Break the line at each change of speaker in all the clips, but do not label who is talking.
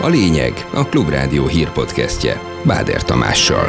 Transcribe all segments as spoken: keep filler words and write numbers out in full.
A lényeg a Klubrádió hírpodcastje Báder Tamással.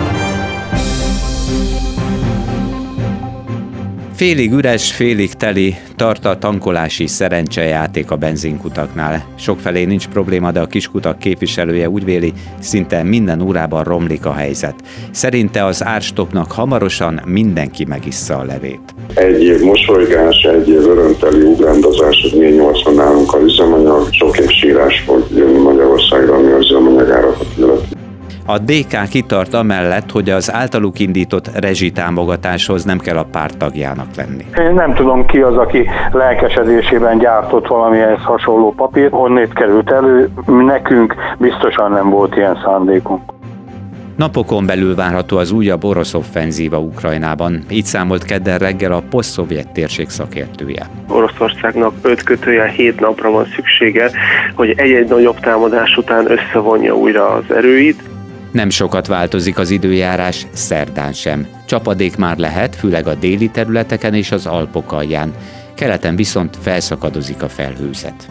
Félig üres, félig teli tart a tankolási szerencsejáték a benzinkutaknál. Sokfelé nincs probléma, de a kiskutak képviselője úgy véli, szinte minden órában romlik a helyzet. Szerinte az árstopnak hamarosan mindenki megissza a levét.
Egy év mosolygás, egy év örömteli ugrándozás, hogy mi nyolcvan nálunk a üzemanyag, sok év sírás fog jönni Magyarországra, ami az üzemanyagárakat illeti.
A dé ká kitart amellett, hogy az általuk indított rezsitámogatáshoz nem kell a párt tagjának lenni.
Én nem tudom, ki az, aki lelkesedésében gyártott valamihez hasonló papírt, honnét került elő, nekünk biztosan nem volt ilyen szándékunk.
Napokon belül várható az újabb orosz offenzíva Ukrajnában. Így számolt kedden reggel a posztszovjet térség szakértője.
Oroszországnak öt kötője hét napra van szüksége, hogy egy-egy nagyobb támadás után összevonja újra az erőit.
Nem sokat változik az időjárás, szerdán sem. Csapadék már lehet, főleg a déli területeken és az Alpok alján. Keleten viszont felszakadozik a felhőzet.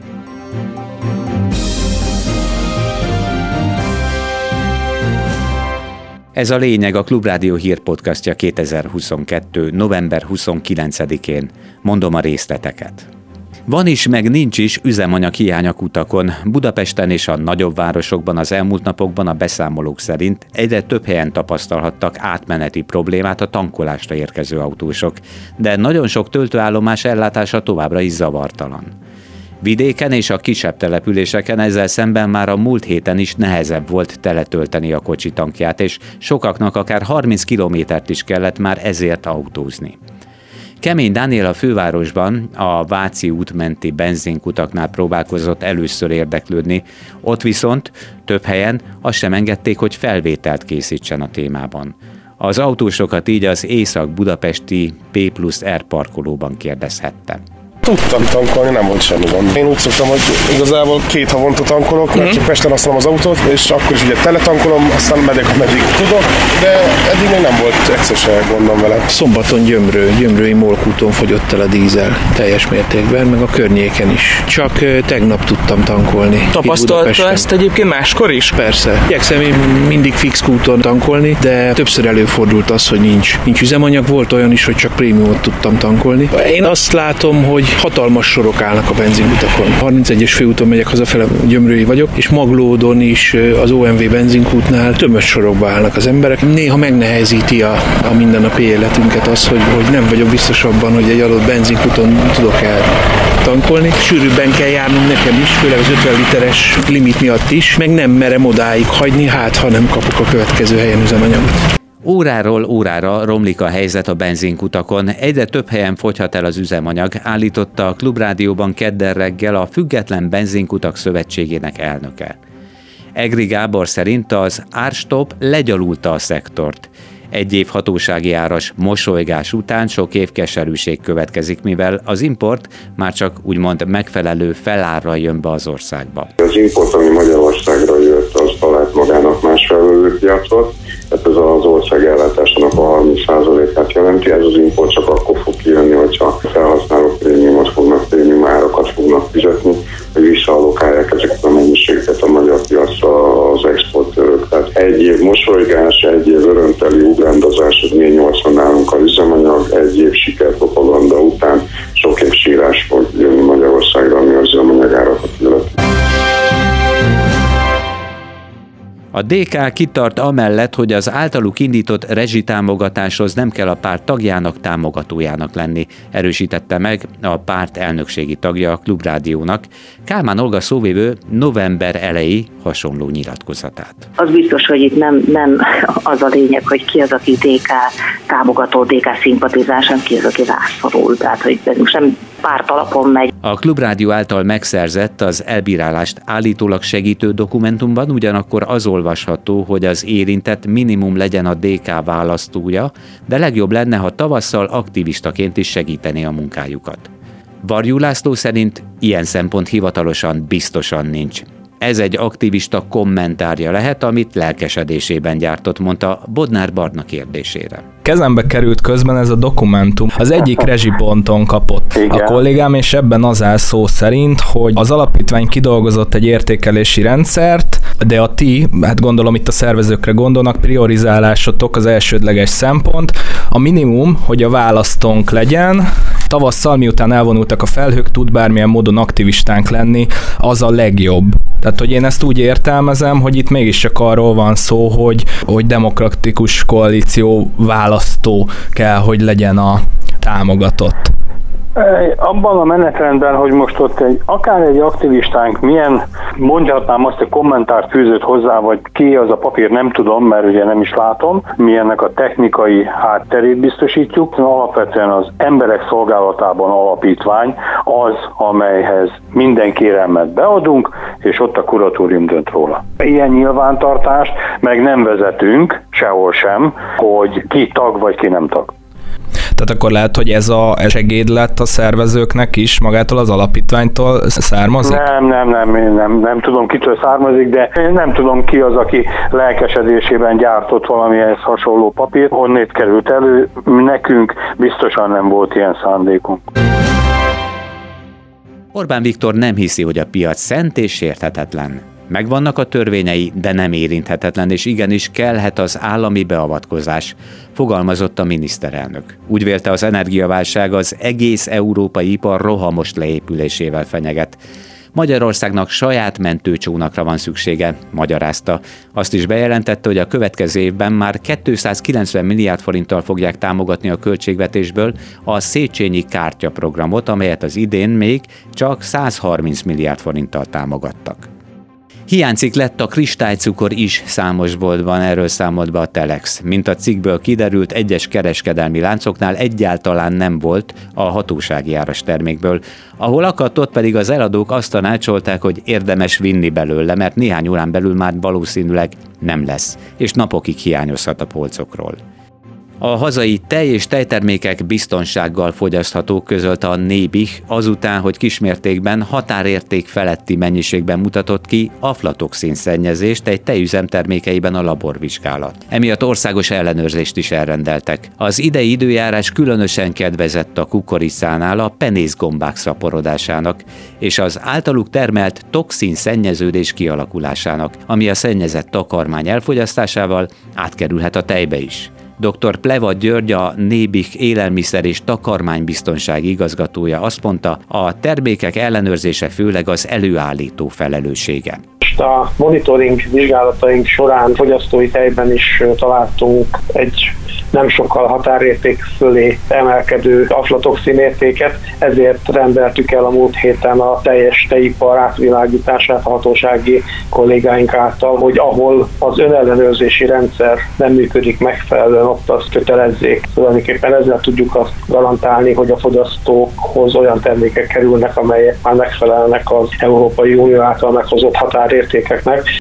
Ez a lényeg, a Klubrádió hírpodcastja kétezer-huszonkettő. november huszonkilencedikén. Mondom a részleteket. Van is, meg nincs is üzemanyag hiány a kutakon. Budapesten és a nagyobb városokban az elmúlt napokban a beszámolók szerint egyre több helyen tapasztalhattak átmeneti problémát a tankolásra érkező autósok, de nagyon sok töltőállomás ellátása továbbra is zavartalan. Vidéken és a kisebb településeken ezzel szemben már a múlt héten is nehezebb volt teletölteni a kocsitankját, és sokaknak akár harminc kilométert is kellett már ezért autózni. Kemény Dániel a fővárosban, a Váci út menti benzinkutaknál próbálkozott először érdeklődni, ott viszont több helyen azt sem engedték, hogy felvételt készítsen a témában. Az autósokat így az észak-budapesti P plusz R parkolóban kérdezhette.
Tudtam tankolni, nem volt semmi gond. Én úgy szoktam, hogy igazából két havonta tankolok, mert mm-hmm. csak Pesten használom az autót, és akkor is ugye teletankolom, aztán megyek, ameddig tudok, de eddig még nem volt egyszer se gondom vele.
Szombaton Gyömrő, Gyömrői Molkúton fogyott el a dízel teljes mértékben, meg a környéken is. Csak tegnap tudtam tankolni.
Tapasztalta ezt egyébként máskor is?
Persze. Igyekszem én mindig fix kúton tankolni, de többször előfordult az, hogy nincs, nincs üzemanyag. Volt olyan is, hogy csak prémiumot tudtam tankolni. Én azt látom, hogy hatalmas sorok állnak a benzinkutakon. harmincegyes főúton megyek hazafele, Gyömrői vagyok, és Maglódon is az o em vé benzinkútnál tömött sorokba állnak az emberek. Néha megnehezíti a, a mindennapi életünket az, hogy, hogy nem vagyok biztos abban, hogy egy adott benzinkúton tudok el tankolni. Sűrűbben kell járnom nekem is, főleg az ötven literes limit miatt is, meg nem merem odáig hagyni, hát ha nem kapok a következő helyen üzemanyagot.
Óráról órára romlik a helyzet a benzinkutakon, egyre több helyen fogyhat el az üzemanyag, állította a Klubrádióban kedden reggel a Független Benzinkutak Szövetségének elnöke. Egri Gábor szerint az árstop legyalulta a szektort. Egy év hatósági áras mosolygás után sok év keserűség következik, mivel az import már csak úgymond megfelelő felárral jön be az országba.
Az import, ami Magyarországra jött, az talált magának más felvevőpiacot, tehát ez az ország ellátásának a harminc százalékát jelenti, ez az import csak akkor fog kijönni, hogyha felhasználók prémiumot fognak, prémium árakat fognak fizetni, hogy visszaallokálják ezeket a mennyiségeket a magyar piacra az exportőrök. Tehát egy év mosolygás, egy év örömteli ugrándozás, hogy mi nyolcvan nálunk a üzemanyag, egy év sikerpropaganda után sok év sírás fog jönni Magyarországra, ami az üzemanyagárakat illeti.
A dé ká kitart amellett, hogy az általuk indított rezsitámogatáshoz nem kell a párt tagjának, támogatójának lenni, erősítette meg a párt elnökségi tagja a Klubrádiónak. Kálmán Olga szóvivő november elejé hasonló nyilatkozatát.
Az biztos, hogy itt nem, nem az a lényeg, hogy ki az, aki dé ká támogató, dé ká szimpatizás, hanem ki az, aki rászorul. Tehát, hogy sem párt alapon megy.
A Klubrádió által megszerzett, az elbírálást állítólag segítő dokumentumban ugyanakkor az olvasható, hogy az érintett minimum legyen a dé ká választója, de legjobb lenne, ha tavasszal aktivistaként is segíteni a munkájukat. Varjú László szerint ilyen szempont hivatalosan biztosan nincs. Ez egy aktivista kommentárja lehet, amit lelkesedésében gyártott, mondta Bodnár Barna kérdésére.
Kezembe került közben ez a dokumentum. Az egyik rezsiponton kapott Igen. a kollégám, és ebben az áll szó szerint, hogy az alapítvány kidolgozott egy értékelési rendszert, de a ti, hát gondolom itt a szervezőkre gondolnak, priorizálásotok az elsődleges szempont. A minimum, hogy a választónk legyen, tavasszal, miután elvonultak a felhők, tud bármilyen módon aktivistánk lenni, az a legjobb. Tehát, hogy én ezt úgy értelmezem, hogy itt mégiscsak arról van szó, hogy, hogy demokratikus koalíció választó kell, hogy legyen a támogatott.
Abban a menetrendben, hogy most ott egy, akár egy aktivistánk milyen, mondhatnám azt, a kommentárt fűzött hozzá, vagy ki az a papír, nem tudom, mert ugye nem is látom, mi ennek a technikai hátterét biztosítjuk. Alapvetően az emberek szolgálatában alapítvány az, amelyhez minden kérelmet beadunk, és ott a kuratórium dönt róla. Ilyen nyilvántartást meg nem vezetünk sehol sem, hogy ki tag vagy ki nem tag.
Tehát akkor lehet, hogy ez a segéd lett a szervezőknek is, magától az alapítványtól származik?
Nem, nem, nem, én nem, nem tudom, kitől származik, de én nem tudom ki az, aki lelkesedésében gyártott valamihez hasonló papír, honnét került elő, nekünk biztosan nem volt ilyen szándékunk.
Orbán Viktor nem hiszi, hogy a piac szent és sérthetetlen. Megvannak a törvényei, de nem érinthetetlen, és igenis kellhet az állami beavatkozás, fogalmazott a miniszterelnök. Úgy vélte, az energiaválság az egész európai ipar rohamos leépülésével fenyeget. Magyarországnak saját mentőcsónakra van szüksége, magyarázta. Azt is bejelentette, hogy a következő évben már kétszázkilencven milliárd forinttal fogják támogatni a költségvetésből a Széchenyi kártyaprogramot, amelyet az idén még csak százharminc milliárd forinttal támogattak. Hiányzik lett a kristálycukor is számos boltban, erről számolt be a Telex. Mint a cikkből kiderült, egyes kereskedelmi láncoknál egyáltalán nem volt a hatósági áras termékből. Ahol akadt, ott pedig az eladók azt tanácsolták, hogy érdemes vinni belőle, mert néhány órán belül már valószínűleg nem lesz, és napokig hiányozhat a polcokról. A hazai tej és tejtermékek biztonsággal fogyaszthatók, közölte a Nébih, azután, hogy kismértékben határérték feletti mennyiségben mutatott ki aflatoxin szennyezést egy tejüzem termékeiben a laborvizsgálat. Emiatt országos ellenőrzést is elrendeltek. Az idei időjárás különösen kedvezett a kukoricánál a penészgombák szaporodásának és az általuk termelt toxin szennyeződés kialakulásának, ami a szennyezett takarmány elfogyasztásával átkerülhet a tejbe is. doktor Pleva György, a Nébih élelmiszer és takarmánybiztonsági igazgatója azt mondta, a termékek ellenőrzése főleg az előállító felelőssége.
A monitoring vizsgálataink során fogyasztói tejben is találtunk egy nem sokkal határérték fölé emelkedő aflatoxin értéket, ezért rendeltük el a múlt héten a teljes tejipar átvilágítását a hatósági kollégáink által, hogy ahol az önellenőrzési rendszer nem működik megfelelően, ott azt kötelezzék. Tulajdonképpen ezzel tudjuk azt garantálni, hogy a fogyasztókhoz olyan termékek kerülnek, amelyek már megfelelnek az Európai Unió által meghozott határértékeknek.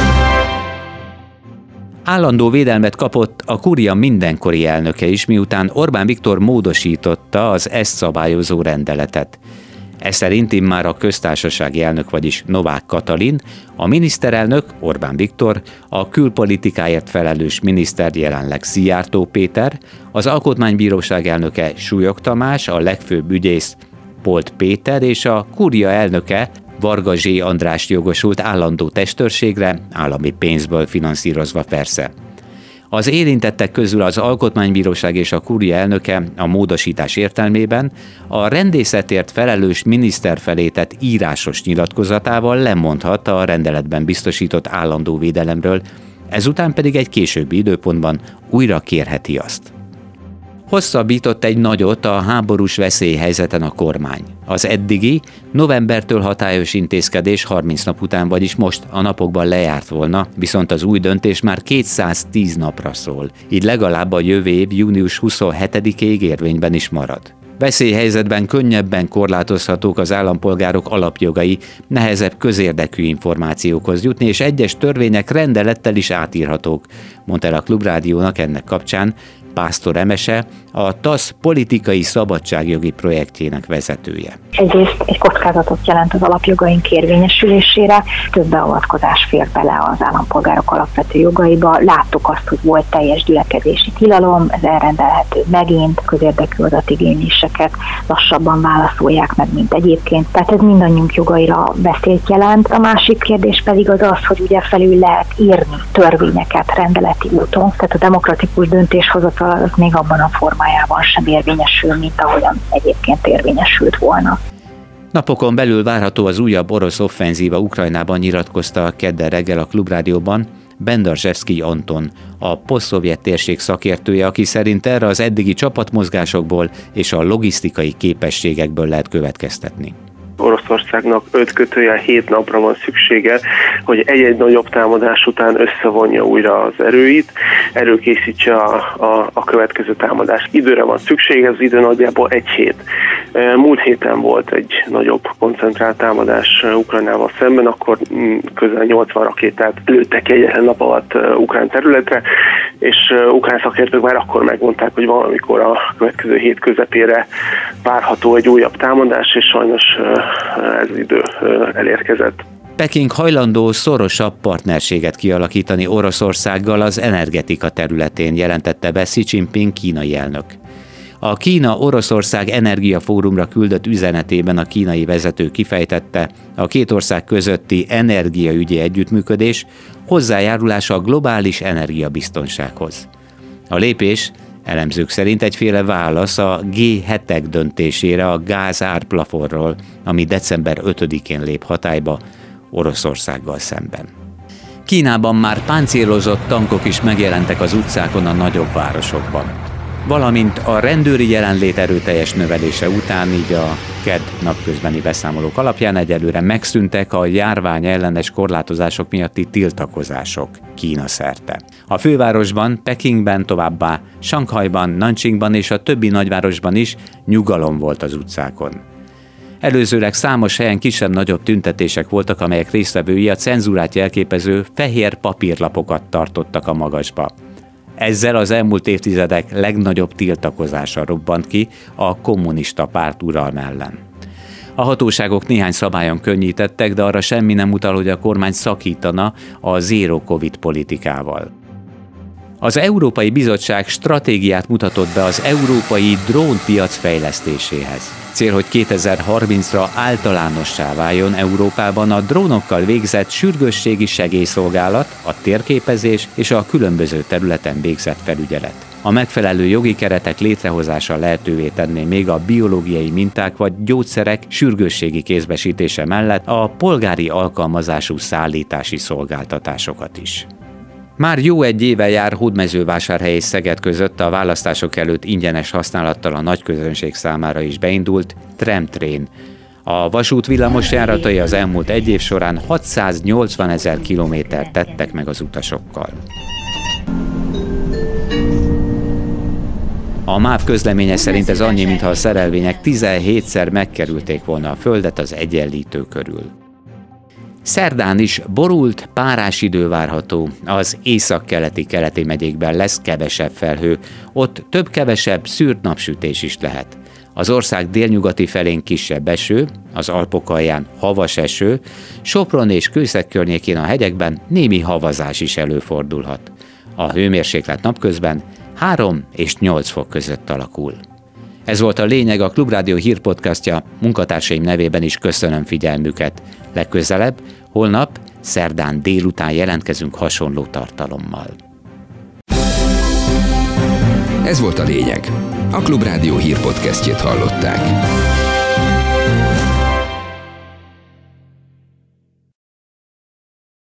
Állandó védelmet kapott a Kúria mindenkori elnöke is, miután Orbán Viktor módosította az ezt szabályozó rendeletet. Ez szerint immár a köztársasági elnök, vagyis Novák Katalin, a miniszterelnök, Orbán Viktor, a külpolitikáért felelős miniszter, jelenleg Szijjártó Péter, az Alkotmánybíróság elnöke Súlyog Tamás, a legfőbb ügyész Polt Péter és a Kúria elnöke Varga Zsé András jogosult állandó testőrségre, állami pénzből finanszírozva persze. Az érintettek közül az Alkotmánybíróság és a Kúria elnöke a módosítás értelmében a rendészetért felelős miniszter felé tett írásos nyilatkozatával lemondhat a rendeletben biztosított állandó védelemről, ezután pedig egy későbbi időpontban újra kérheti azt. Hosszabbított egy nagyot a háborús veszélyhelyzeten a kormány. Az eddigi, novembertől hatályos intézkedés harminc nap után, vagyis most a napokban lejárt volna, viszont az új döntés már kétszáztíz napra szól, így legalább a jövő év június huszonhetedikéig érvényben is marad. Veszélyhelyzetben könnyebben korlátozhatók az állampolgárok alapjogai, nehezebb közérdekű információkhoz jutni, és egyes törvények rendelettel is átírhatók, mondta el a Klubrádiónak ennek kapcsán Pásztor Emese, a TASZ politikai szabadságjogi projektjének vezetője.
Egyrészt egy kockázatot jelent az alapjogaink érvényesülésére, több beavatkozás fér bele az állampolgárok alapvető jogaiba. Láttuk azt, hogy volt teljes gyülekezési tilalom, ez elrendelhető megint, közérdekű adatigényléseket lassabban válaszolják meg, mint egyébként. Tehát ez mindannyiunk jogaira veszélyt jelent. A másik kérdés pedig az az, hogy ugye felül lehet írni törvényeket rendeleti úton, tehát a demokratikus döntéshozatal az még abban a formájában sem érvényesül, mint ahogyan egyébként érvényesült volna.
Napokon belül várható az újabb orosz offenzíva Ukrajnában, nyilatkozta kedden reggel a Klubrádióban Bendarzsevszkij Anton, a posztszovjet térség szakértője, aki szerint erre az eddigi csapatmozgásokból és a logisztikai képességekből lehet következtetni.
Oroszországnak öt kötőjel hét napra van szüksége, hogy egy-egy nagyobb támadás után összevonja újra az erőit, előkészítse a, a, a következő támadást. Időre van szüksége, az idő nagyjából egy hét. Múlt héten volt egy nagyobb koncentrált támadás Ukrajnával szemben, akkor közel nyolcvan rakétát lőttek egyetlen nap alatt ukrán területre, és ukrán szakértők már akkor megmondták, hogy valamikor a következő hét közepére várható egy újabb támadás, és sajnos ez az idő elérkezett.
Peking hajlandó szorosabb partnerséget kialakítani Oroszországgal az energetika területén, jelentette be Xi Jinping kínai elnök. A Kína-Oroszország energiafórumra küldött üzenetében a kínai vezető kifejtette, a két ország közötti energiaügyi együttműködés hozzájárulása a globális energiabiztonsághoz. A lépés elemzők szerint egyféle válasz a gé hetek döntésére a gáz árplafonról, ami december ötödikén lép hatályba Oroszországgal szemben. Kínában már páncélozott tankok is megjelentek az utcákon a nagyobb városokban. Valamint a rendőri jelenlét erőteljes növelése után, így a kedd napközbeni beszámolók alapján egyelőre megszűntek a járvány ellenes korlátozások miatti tiltakozások Kína szerte. A fővárosban, Pekingben, továbbá Sanghajban, Nanjingban és a többi nagyvárosban is nyugalom volt az utcákon. Előzőleg számos helyen kisebb-nagyobb tüntetések voltak, amelyek résztvevői a cenzúrát jelképező fehér papírlapokat tartottak a magasba. Ezzel az elmúlt évtizedek legnagyobb tiltakozása robbant ki a kommunista párt uralma ellen. A hatóságok néhány szabályon könnyítettek, de arra semmi nem utal, hogy a kormány szakítana a zero covid politikával. Az Európai Bizottság stratégiát mutatott be az európai drónpiac fejlesztéséhez. Cél, hogy kétezer-harmincra általánossá váljon Európában a drónokkal végzett sürgősségi segélyszolgálat, a térképezés és a különböző területen végzett felügyelet. A megfelelő jogi keretek létrehozása lehetővé tenné még a biológiai minták vagy gyógyszerek sürgősségi kézbesítése mellett a polgári alkalmazású szállítási szolgáltatásokat is. Már jó egy éve jár Hódmezővásárhely és Szeged között a választások előtt ingyenes használattal a nagyközönség számára is beindult Tramtrain. A vasút villamos járatai az elmúlt egy év során hatszáznyolcvanezer kilométert tettek meg az utasokkal. A MÁV közleménye szerint ez annyi, mintha a szerelvények tizenhétszer megkerülték volna a földet az egyenlítő körül. Szerdán is borult, párás idő várható. Az északkeleti keleti megyékben lesz kevesebb felhő, ott több-kevesebb szűrt napsütés is lehet. Az ország délnyugati felén kisebb eső, az Alpok alján havas eső, Sopron és Kőszeg környékén a hegyekben némi havazás is előfordulhat. A hőmérséklet napközben három és nyolc fok között alakul. Ez volt a lényeg, a Klubrádió hírpodcastja, munkatársaim nevében is köszönöm figyelmüket. Legközelebb, holnap, szerdán délután jelentkezünk hasonló tartalommal.
Ez volt a lényeg. A Klubrádió hírpodcastjét hallották.